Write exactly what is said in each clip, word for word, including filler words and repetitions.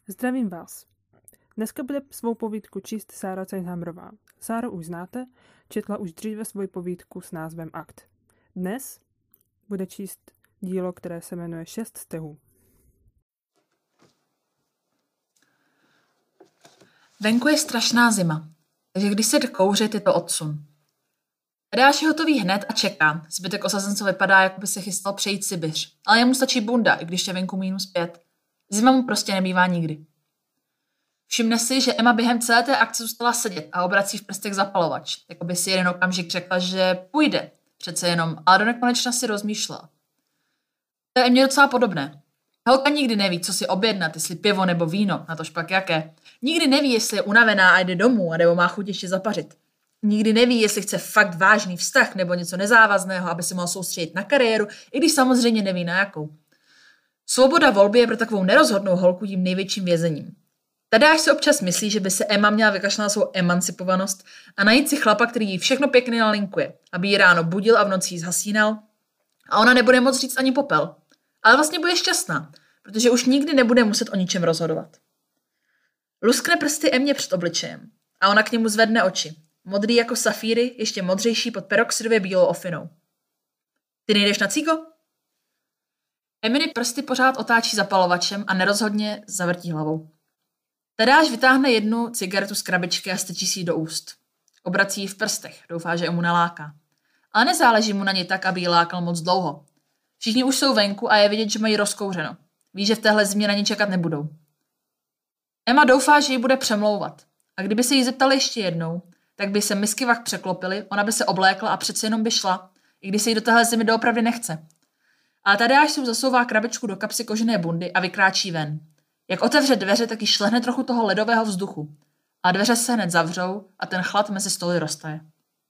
Zdravím vás. Dneska bude svou povídku číst Sára Cajnhamrová. Sáru už znáte, četla už dříve svoji povídku s názvem Akt. Dnes bude číst dílo, které se jmenuje Šest stehů. Venku je strašná zima, takže když se jde kouřit, je to odsun. Tadáš je hotový hned a čeká. Zbytek osazenců vypadá, jako by se chystal přejít Sibiř, ale jemu stačí bunda, i když je venku minus pět. Zima mu prostě nebývá nikdy. Všimne si, že Emma během celé té akce zůstala sedět a obrací v prstech zapalovač, jako by si jeden okamžik řekla, že půjde, přece jenom, ale do nekonečna si rozmýšlela. To je Emmě docela podobné. Holka nikdy neví, co si objednat, jestli pivo nebo víno, na tož pak jaké. Nikdy neví, jestli je unavená a jde domů, nebo má chuť ještě zapařit. Nikdy neví, jestli chce fakt vážný vztah nebo něco nezávazného, aby se mohl soustředit na kariéru, i když samozřejmě neví na jakou. Svoboda volby je pro takovou nerozhodnou holku tím největším vězením. Tadáš si občas myslí, že by se Emma měla vykašlat na svou emancipovanost a najít si chlapa, který jí všechno pěkně nalinkuje, aby ji ráno budil a v noci jí zhasínal a ona nebude moc říct ani popel. Ale vlastně bude šťastná, protože už nikdy nebude muset o ničem rozhodovat. Luskne prsty Emmě před obličejem a ona k němu zvedne oči. Modrý jako safíry, ještě modřejší pod peroxidově bílou ofinou. Ty nejdeš na cíko? Eminy prsty pořád otáčí zapalovačem a nerozhodně zavrtí hlavou. Tadáš vytáhne jednu cigaretu z krabičky a strčí si ji do úst. Obrací ji v prstech, doufá, že mu naláká. Ale nezáleží mu na ní tak, aby ji lákal moc dlouho. Všichni už jsou venku a je vidět, že mají rozkouřeno. Ví, že v téhle zimě na ní čekat nebudou. Emma doufá, že ji bude přemlouvat. A kdyby se jí zeptali ještě jednou, tak by se misky vah překlopily, ona by se oblékla a přece jenom by šla, i když se jí do téhle zimy doopravdy nechce. Ale Tadáš si zasouvá krabičku do kapsy kožené bundy a vykráčí ven. Jak otevře dveře, tak jí šlehne trochu toho ledového vzduchu. A dveře se hned zavřou a ten chlad mezi stoly roztaje.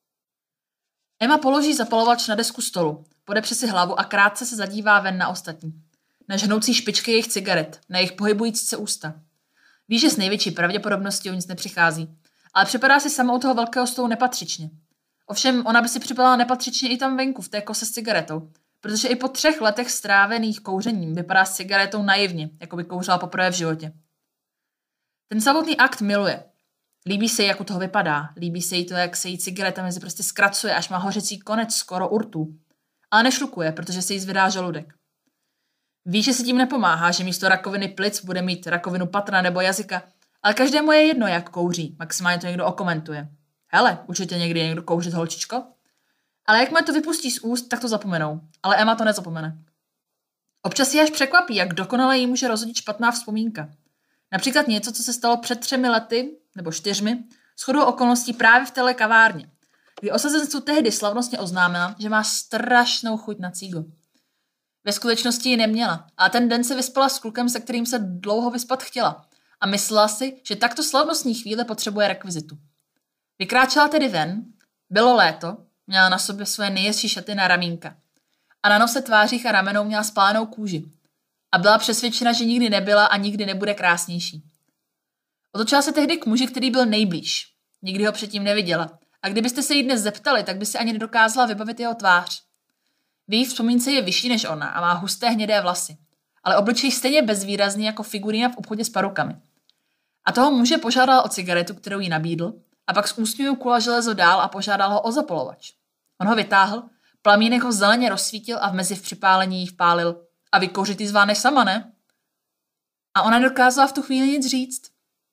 Emma položí zapalovač na desku stolu, podepře si hlavu a krátce se zadívá ven na ostatní. Na žhnoucí špičky jejich cigaret, na jejich pohybující se ústa. Ví, že s největší pravděpodobností o nic nepřichází, ale připadá si sama u toho velkého stolu nepatřičně. Ovšem ona by si připadala nepatřičně i tam venku, v té kose s cigaretou, protože i po třech letech strávených kouřením vypadá s cigaretou naivně, jako by kouřila poprvé v životě. Ten samotný akt miluje. Líbí se jí, jak u toho vypadá. Líbí se jí to, jak se jí cigareta mezi prostě zkracuje, až má hořecí konec skoro urtů. Ale nešlukuje, protože se jí zvedá žaludek. Ví, že se tím nepomáhá, že místo rakoviny plic bude mít rakovinu patra nebo jazyka, ale každému je jedno, jak kouří. Maximálně to někdo okomentuje. Hele, určitě někdy někdo kouřit, holčičko? Ale jakmile to vypustí z úst, tak to zapomenou. Ale Emma to nezapomene. Občas ji až překvapí, jak dokonale jí může rozhodit špatná vzpomínka. Například něco, co se stalo před třemi lety, nebo čtyřmi, shodou okolností právě v téhle kavárně, kdy osazenstvu tehdy slavnostně oznámila, že má strašnou chuť na cígo. Ve skutečnosti ji neměla, ale ten den se vyspala s klukem, se kterým se dlouho vyspat chtěla a myslela si, že takto slavnostní chvíle potřebuje rekvizitu. Vykráčela tedy ven, bylo léto, měla na sobě svoje nejhezčí šaty na ramínka a na nose, tvářích a ramenou měla spálenou kůži a byla přesvědčena, že nikdy nebyla a nikdy nebude krásnější. Otočila se tehdy k muži, který byl nejblíž. Nikdy ho předtím neviděla a kdybyste se jí dnes zeptali, tak by si ani nedokázala vybavit jeho tvář. V její vzpomínce je vyšší než ona a má husté hnědé vlasy, ale obličej stejně bezvýrazný jako figurína v obchodě s parukami. A toho muže požádal o cigaretu, kterou jí nabídl, a pak s úsměvem kula železo dál a požádal ho o zapalovač. On ho vytáhl, plamínek ho zeleně rozsvítil a v mezi v připálení jí vpálil. A vy kouřit jí zváneš sama, ne? A ona nedokázala v tu chvíli nic říct.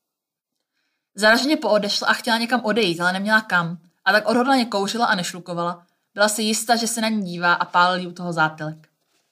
Zaraženě poodešla a chtěla někam odejít, ale neměla kam. A tak odhodlaně kouřila a nešlukovala. Byla si jistá, že se na ní dívá a pálil jí u toho zátylek.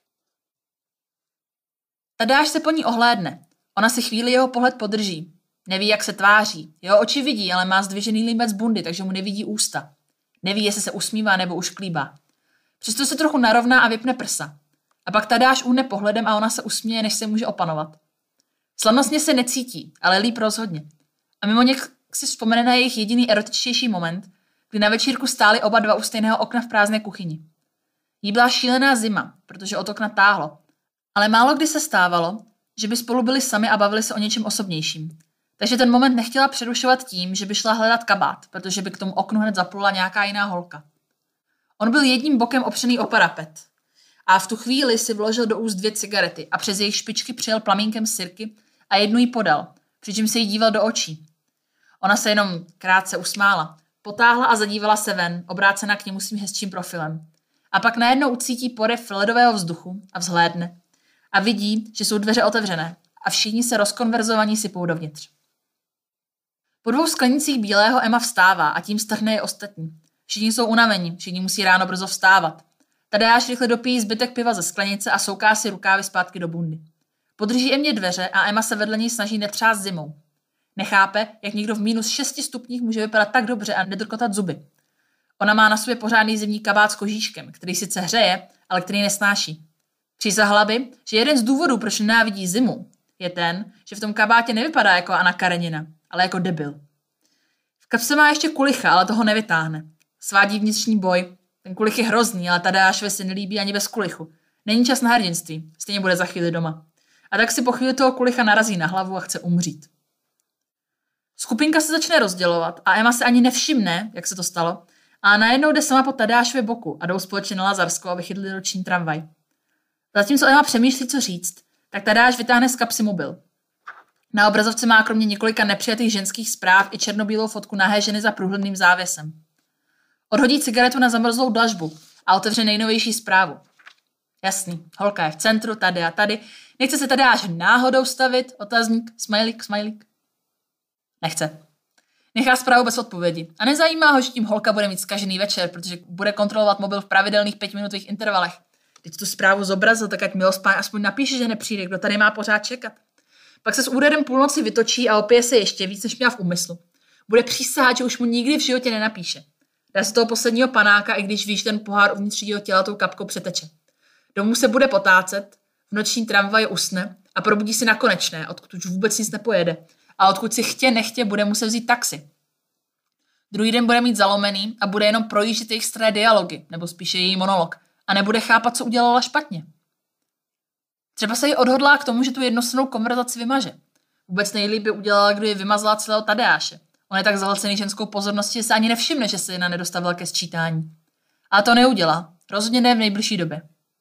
Tadáš se po ní ohlédne. Ona si chvíli jeho pohled podrží. Neví, jak se tváří. Jeho oči vidí, ale má zdvižený límec bundy, takže mu nevidí ústa. Neví, jestli se usmívá nebo už klíbá. Přesto se trochu narovná a vypne prsa. A pak Tadáš uhne pohledem a ona se usměje, než se může opanovat. Slavnostně se necítí, ale líp rozhodně. A mimo něk si vzpomene na jejich jediný erotičtější moment, kdy na večírku stáli oba dva u stejného okna v prázdné kuchyni. Jí byla šílená zima, protože od okna táhlo. Ale málo kdy se stávalo, že by spolu byli sami a bavili se o něčem osobnějším. Takže ten moment nechtěla přerušovat tím, že by šla hledat kabát, protože by k tomu oknu hned zaplula nějaká jiná holka. On byl jedním bokem opřený o parapet. A v tu chvíli si vložil do úst dvě cigarety a přes jejich špičky přijel plamínkem sirky a jednu jí podal, přičem se jí díval do očí. Ona se jenom krátce usmála, potáhla a zadívala se ven, obrácena k němu svým hezčím profilem. A pak najednou ucítí poryv ledového vzduchu a vzhlédne. A vidí, že jsou dveře otevřené a všichni se rozkonverzovaní sypou dovnitř. Po dvou sklenicích bílého Emma vstává a tím strhne je ostatní. Všichni jsou unavení, všichni musí ráno brzo vstávat. Tadeáš rychle dopíjí zbytek piva ze sklenice a souká si rukávy zpátky do bundy. Podrží Emmě dveře a Emma se vedle něj snaží netřást zimou. Nechápe, jak někdo v minus šesti stupních může vypadat tak dobře a nedrkotat zuby. Ona má na sobě pořádný zimní kabát s kožíškem, který sice hřeje, ale který nesnáší. Přísahla by, že jeden z důvodů, proč nenávidí zimu, je ten, že v tom kabátě nevypadá jako Anna Karenina, ale jako debil. V kapse má ještě kulicha, ale toho nevytáhne. Svádí vnitřní boj. Ten kulich je hrozný, ale Tadeášovi se nelíbí ani bez kulichu. Není čas na hrdinství, stejně bude za chvíli doma. A tak si po chvíli toho kulicha narazí na hlavu a chce umřít. Skupinka se začne rozdělovat a Emma se ani nevšimne, jak se to stalo, a najednou jde sama po Tadeášově boku a jdou společně na Lazarskou, aby chytli noční tramvaj. Zatímco Emma přemýšlí, co říct, tak Tadeáš vytáhne z kapsy mobil. Na obrazovce má kromě několika nepřijatých ženských zpráv i černobílou fotku nahé ženy za průhledným závěsem. Odhodí cigaretu na zamrzlou dlažbu a otevře nejnovější zprávu. Jasný, holka je v centru, tady a tady. Nechce se Tadeáš náhodou stavit? Otazník, smajlík, smajlík. Nechce. Nechá zprávu bez odpovědi. A nezajímá ho, že tím holka bude mít zkažený večer, protože bude kontrolovat mobil v pravidelných pětiminutových intervalech. Když tu zprávu zobrazil, tak ať Milospáň aspoň napíše, že nepřijde, kdo tady má pořád čekat. Pak se s úderem půlnoci vytočí a opije se ještě víc, než měla v úmyslu. Bude přísahat, že už mu nikdy v životě nenapíše. Dá se toho posledního panáka, i když víš, ten pohár uvnitř jeho těla tou kapkou přeteče. Domů se bude potácet, v noční tramvaji usne a probudí si na Konečné, odkud už vůbec nic nepojede. A odkud si chtě nechtě bude muset vzít taxi. Druhý den bude mít zalomený a bude jenom projíždět jejich staré dialogy, nebo spíše její monolog, a nebude chápat, co udělala špatně. Třeba se jí odhodlá k tomu, že tu jednostrannou konverzaci vymaže. Vůbec nejlíp by udělala, kdyby vymazala celého Tadeáše. On je tak zahlcený ženskou pozorností, že se ani nevšimne, že se jedna nedostavila ke sčítání. Ale to neudělá. Rozhodně ne v nejbližší době.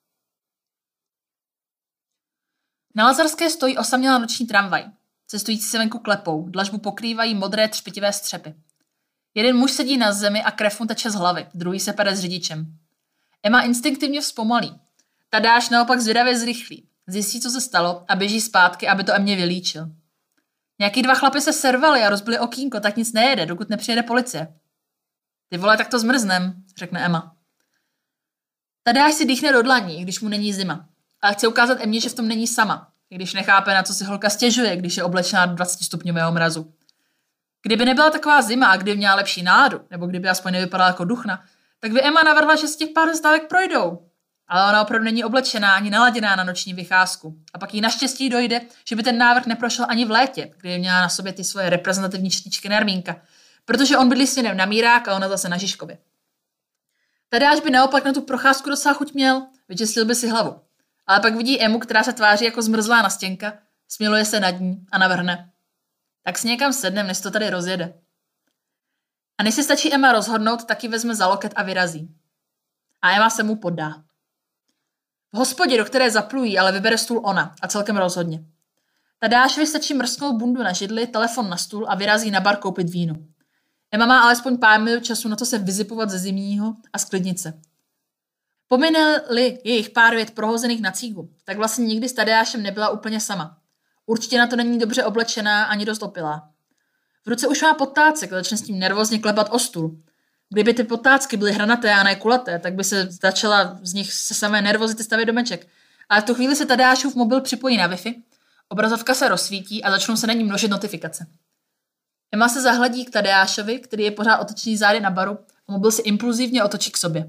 Na Lazarské stojí osamělá noční tramvaj. Cestující se venku klepou, dlažbu pokrývají modré třpitivé střepy. Jeden muž sedí na zemi a krev mu teče z hlavy, druhý se pere s řidičem. Emma instinktivně vzpomalí. Tadeáš naopak zvědavě zrychlí. Zjistí, co se stalo a běží zpátky, aby to Emmě vylíčil. Nějaký dva chlapy se servali a rozbili okýnko, tak nic nejede, dokud nepřijede policie. Ty vole, tak to zmrznem, řekne Emma. Tadeáš si dýchne do dlaní, když mu není zima. Ale chce ukázat Emmě, že v tom není sama, i když nechápe, na co si holka stěžuje, když je oblečená do dvacetistupňového mrazu. Kdyby nebyla taková zima a kdyby měla lepší náladu, nebo kdyby aspoň nevypadala jako duchna, tak by Emma navrhla, že z těch pár zastávek projdou. Ale ona opravdu není oblečená ani naladěná na noční vycházku. A pak jí naštěstí dojde, že by ten návrh neprošel ani v létě, kdy měla na sobě ty svoje reprezentativní štičky na Ermínka, protože on bydlí směrem na Mírák a ona zase na Žižkově. Tadeáš by naopak na tu procházku docela chuť měl, vyčistil by si hlavu. Ale pak vidí Emu, která se tváří jako zmrzlá nastěnka, smiluje se nad ní a navrhne. Tak si někam sednem, než to tady rozjede. A než si stačí Emma rozhodnout, taky vezme za loket a vyrazí. A Emma se mu poddá. V hospodě, do které zaplují, ale vybere stůl ona a celkem rozhodně. Tadeášovi stačí mrsknout bundu na židli, telefon na stůl a vyrazí na bar koupit víno. Emma má alespoň pár minut času na to se vyzipovat ze zimního a sklidnit se. Pomine-li jejich pár vět prohozených na cígu, tak vlastně nikdy s Tadeášem nebyla úplně sama. Určitě na to není dobře oblečená ani dost opilá. V ruce už má potácek a začne s tím nervózně klepat o stůl. Kdyby ty potácky byly hranaté a ne kulaté, tak by se začala z nich se samé nervozity stavět domeček. Ale v tu chvíli se Tadeášův mobil připojí na Wi-Fi, obrazovka se rozsvítí a začnou se na ní množit notifikace. Emma se zahledí k Tadeášovi, který je pořád otočený zády na baru a mobil si impulzivně otočí k sobě.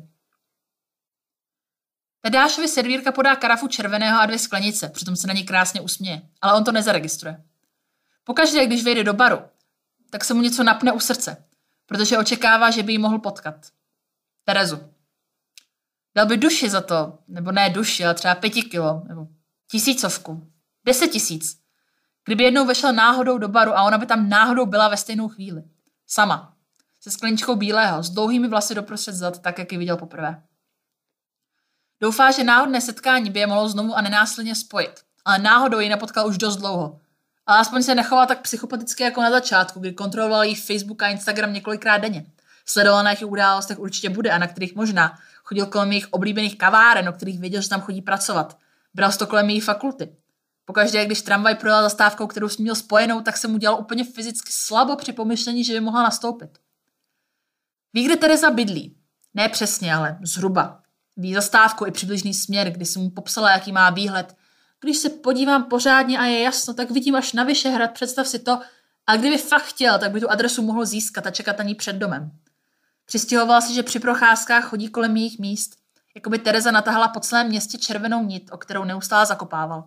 Tadeášovi servírka podá karafu červeného a dvě sklenice, přitom se na ně krásně usměje, ale on to nezaregistruje. Pokaždé, když vejde do baru, tak se mu něco napne u srdce, protože očekává, že by ji mohl potkat. Terezu. Dal by duši za to, nebo ne duši, ale třeba pěti kilo, nebo tisícovku, deset tisíc. Kdyby jednou vešel náhodou do baru a ona by tam náhodou byla ve stejnou chvíli. Sama. Se skleničkou bílého, s dlouhými vlasy doprostřed zad, tak, jak ji viděl poprvé. Doufá, že náhodné setkání by je mohlo znovu a nenásledně spojit, ale náhodou ji nepotkal už dost dlouho. Ale aspoň se nechoval tak psychopaticky jako na začátku, kdy kontroloval jí Facebook a Instagram několikrát denně. Sledoval, na jakých událostech určitě bude a na kterých možná. Chodil kolem jejich oblíbených kaváren, o kterých věděl, že tam chodí pracovat. Bral to kolem její fakulty. Pokaždé, když tramvaj projela zastávkou, kterou s ní měl spojenou, tak se mu dělal úplně fyzicky slabo při pomyšlení, že by mohla nastoupit. Ví, kde Tereza bydlí. Ne přesně, ale zhruba. Ví zastávku i přibližný směr, kdy si mu popsala, jaký má výhled. Když se podívám pořádně a je jasno, tak vidím až na Vyšehrad, představ si to. A kdyby fakt chtěl, tak by tu adresu mohl získat a čekat na ní před domem. Přistěhoval si, že při procházkách chodí kolem jejich míst, jako by Tereza natahala po celém městě červenou nit, o kterou neustále zakopával.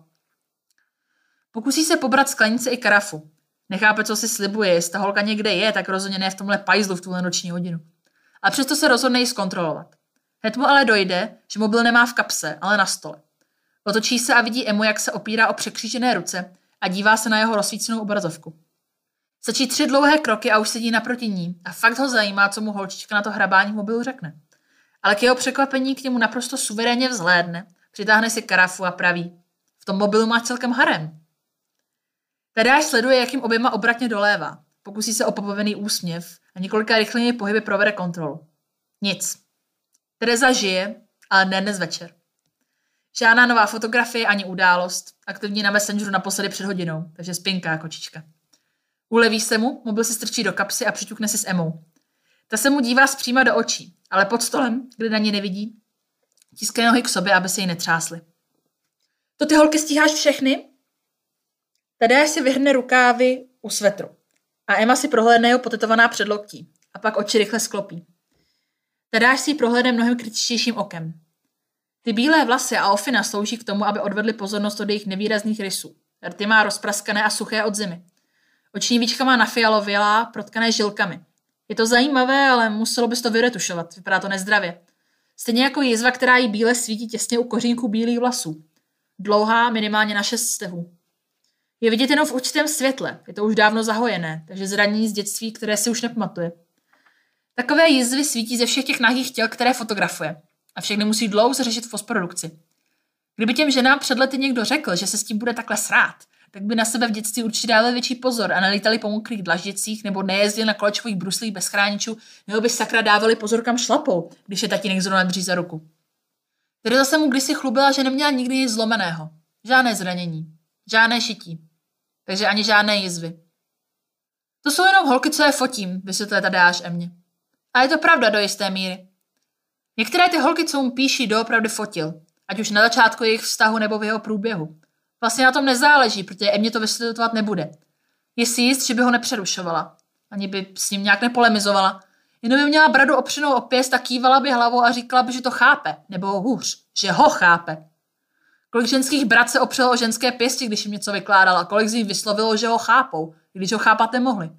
Pokusí se pobrat sklenice i karafu. Nechápe, co si slibuje, jestli ta holka někde je, tak rozhodně ne v tomhle pajzlu v tuhle noční hodinu. A přesto se rozhodne ji zkontrolovat. Hned mu ale dojde, že mobil nemá v kapse, ale na stole. Otočí se a vidí Emu, jak se opírá o překřížené ruce a dívá se na jeho rozsvícenou obrazovku. Stačí tři dlouhé kroky a už sedí naproti ní a fakt ho zajímá, co mu holčička na to hrabání v mobilu řekne. Ale k jeho překvapení k němu naprosto suverénně vzhlédne, přitáhne si karafu a praví: v tom mobilu má celkem harem. Tadeáš sleduje, jak jim oběma obratně dolévá. Pokusí se o popovený úsměv a několika rychlými pohyby provede kontrolu. Nic. Tereza žije, ale ne dnes večer. Žádná nová fotografie ani událost. Aktivní na Messengeru naposledy před hodinou, takže spinká kočička. Uleví se mu, mobil si strčí do kapsy a přiťukne si s Emou. Ta se mu dívá zpříma do očí, ale pod stolem, kde na ní nevidí, tiskne nohy k sobě, aby se jí netřásly. To ty holky stíháš všechny? Tadeáš si vyhrne rukávy u svetru a Emma si prohlédne jeho potetovaná předloktí a pak oči rychle sklopí. Tadeáš si ji prohlédne mnohem kritičtějším okem. Ty bílé vlasy a ofina slouží k tomu, aby odvedly pozornost od jejich nevýrazných rysů. Rty má rozpraskané a suché od zimy. Oční víčka má nafialovělá, protkané žilkami. Je to zajímavé, ale muselo bys to vyretušovat, vypadá to nezdravě. Stejně jako jizva, která jí bíle svítí těsně u kořínku bílých vlasů. Dlouhá, minimálně na šest stehů. Je vidět jenom v určitém světle, je to už dávno zahojené, takže zranění z dětství, které si už nepamatuje. Takové jizvy svítí ze všech těch nahých těl, které fotografuje. A všechny musí dlouho řešit v postprodukci. Kdyby těm ženám před lety někdo řekl, že se s tím bude takhle srát, tak by na sebe v dětství určitě dávali větší pozor a nelítali po mokrých dlaždicích nebo nejezdili na kolečkových bruslích bez chráničů, nebo by sakra dávali pozor kam šlapou, když je tatínek zrovna drží za ruku. Tereza se mu kdysi chlubila, že neměla nikdy nic zlomeného. Žádné zranění. Žádné šití. Takže ani žádné jizvy. To jsou jenom holky, co je fotím, vysvětluje Tadeáš Emě. A je to pravda do jisté míry. Některé ty holky, co mu píší, doopravdy fotil. Ať už na začátku jejich vztahu nebo v jeho průběhu. Vlastně na tom nezáleží, protože Emě to vysvětlovat nebude. Je si jist, že by ho nepřerušovala. Ani by s ním nějak nepolemizovala. Jenom by měla bradu opřenou o pěst a kývala by hlavou a říkala by, že to chápe. Nebo hůř, že ho chápe. Kolik ženských brat se opřelo o ženské pěsti, když jim něco vykládala, kolik z nich vyslovilo, že ho chápou, když ho chápat nemohli.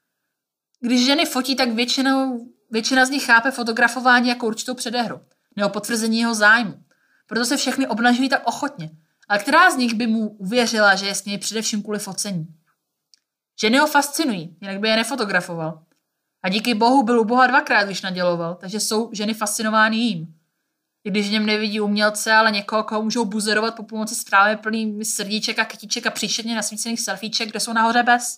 Když ženy fotí, tak většinou, většina z nich chápe fotografování jako určitou předehru, nebo potvrzení jeho zájmu. Proto se všechny obnažují tak ochotně. Ale která z nich by mu uvěřila, že je s něj především kvůli focení? Ženy ho fascinují, jinak by je nefotografoval. A díky bohu byl u Boha dvakrát, když naděloval, takže jsou ženy fascinovány jím. I když v něm nevidí umělce, ale někoho, koho můžou buzerovat po pomoci zprávy plný srdíček a kytíček a příšerně nasvícených selfieček, kde jsou nahoře bez.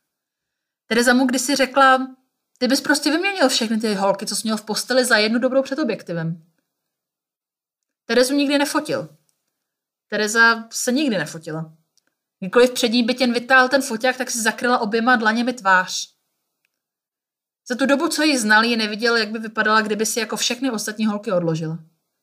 Tereza mu kdysi řekla, ty bys prostě vyměnil všechny ty holky, co jsi měl v posteli za jednu dobrou před objektivem. Terezu nikdy nefotil. Tereza se nikdy nefotila. Kdykoliv před ní by těn vytáhl ten foťák, tak si zakryla oběma dlaněmi tvář. Za tu dobu, co ji znal, ji neviděl, jak by vypadala, kdyby si jako všechny ostatní holky odložila.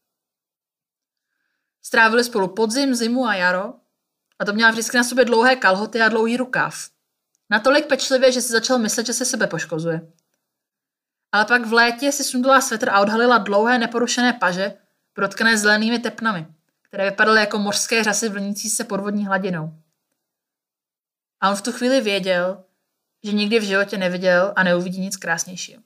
Strávili spolu podzim, zimu a jaro a to měla vždycky na sobě dlouhé kalhoty a dlouhý rukáv. Natolik pečlivě, že si začal myslet, že se sebe poškozuje. Ale pak v létě si sundala svetr a odhalila dlouhé neporušené paže, protkané zelenými tepnami, které vypadaly jako mořské řasy vlnící se pod vodní hladinou. A on v tu chvíli věděl, že nikdy v životě neviděl a neuvidí nic krásnějšího.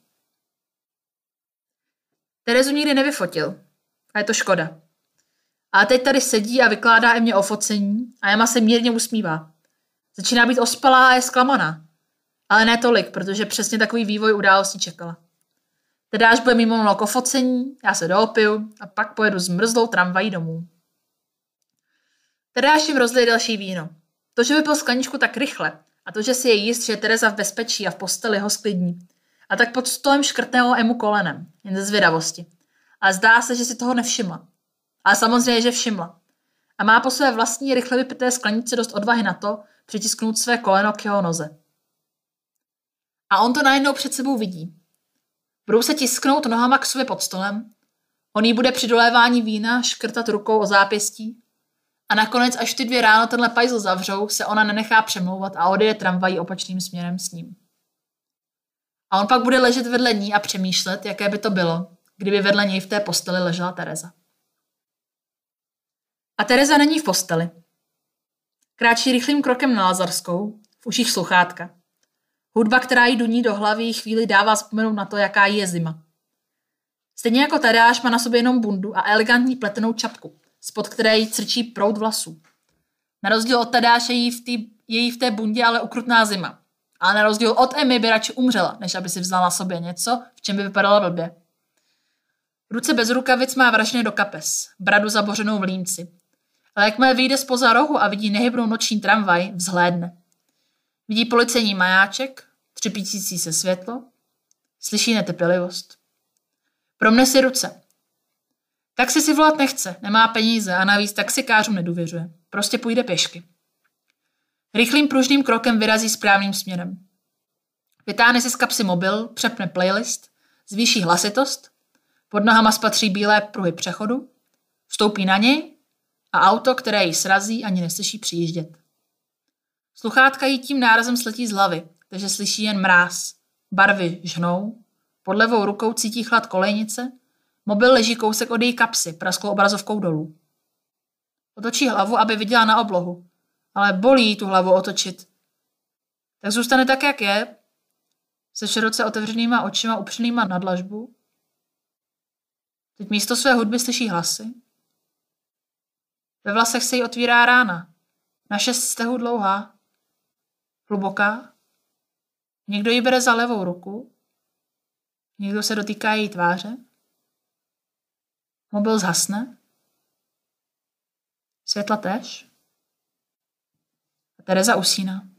Terezu nikdy nevyfotil a je to škoda. A teď tady sedí a vykládá Emě o focení a Emma se mírně usmívá. Začíná být ospalá a je zklamaná. Ale ne tolik, protože přesně takový vývoj událostí čekala. Teda až bude mimo mlok o focení, já se doopiju a pak pojedu s mrzlou tramvají domů. Teda až jim rozlije další víno. To, že vypil skleničku tak rychle a to, že si je jist, že je Tereza v bezpečí a v posteli, ho sklidní. A tak pod stolem škrtne o Emu kolenem, jen ze zvědavosti. A zdá se, že si toho nevšimla. Ale samozřejmě, že všimla. A má po své vlastní rychle vypité skleničce dost odvahy na to, přitisknout své koleno k jeho noze. A on to najednou před sebou vidí. Budou se tisknout nohama k sobě pod stolem, on jí bude při dolévání vína škrtat rukou o zápěstí a nakonec, až ty dvě ráno tenhle pajzl zavřou, se ona nenechá přemlouvat a odjede tramvají opačným směrem s ním. A on pak bude ležet vedle ní a přemýšlet, jaké by to bylo, kdyby vedle něj v té posteli ležela Tereza. A Tereza není v posteli. Kráčí rychlým krokem na Lazarskou, v uších sluchátka. Hudba, která jí duní do hlavy, jí chvíli dává vzpomenout na to, jaká jí je zima. Stejně jako Tadeáš má na sobě jenom bundu a elegantní pletenou čapku, spod které jí crčí proud vlasů. Na rozdíl od Tadeáše je jí v té bundě ale ukrutná zima. Ale na rozdíl od Emy by radši umřela, než aby si vzala na sobě něco, v čem by vypadala blbě. Ruce bez rukavic má vražně do kapes, bradu zabořenou v límci. Ale jakmile vyjde zpoza rohu a vidí nehybnou noční tramvaj, vzhlédne. Vidí policejní majáček, třepítící se světlo, slyší netrpělivost. Promne si ruce. Taxi si volat nechce, nemá peníze a navíc taxikářům nedůvěřuje. Prostě půjde pěšky. Rychlým pružným krokem vyrazí správným směrem. Vytáhne si z kapsy mobil, přepne playlist, zvýší hlasitost, pod nohama spatří bílé pruhy přechodu, vstoupí na něj a auto, které ji srazí, ani neslyší přijíždět. Sluchátka jí tím nárazem sletí z hlavy, takže slyší jen mráz. Barvy žhnou, pod levou rukou cítí chlad kolejnice, mobil leží kousek od její kapsy, prasklou obrazovkou dolů. Otočí hlavu, aby viděla na oblohu, ale bolí jí tu hlavu otočit. Tak zůstane tak, jak je, se široce otevřenýma očima upřenýma na dlažbu. Teď místo své hudby slyší hlasy. Ve vlasech se jí otvírá rána, na šest stehů dlouhá, hluboká. Někdo ji bere za levou ruku, někdo se dotýká její tváře. Mobil zhasne. Světla též. A Tereza usíná.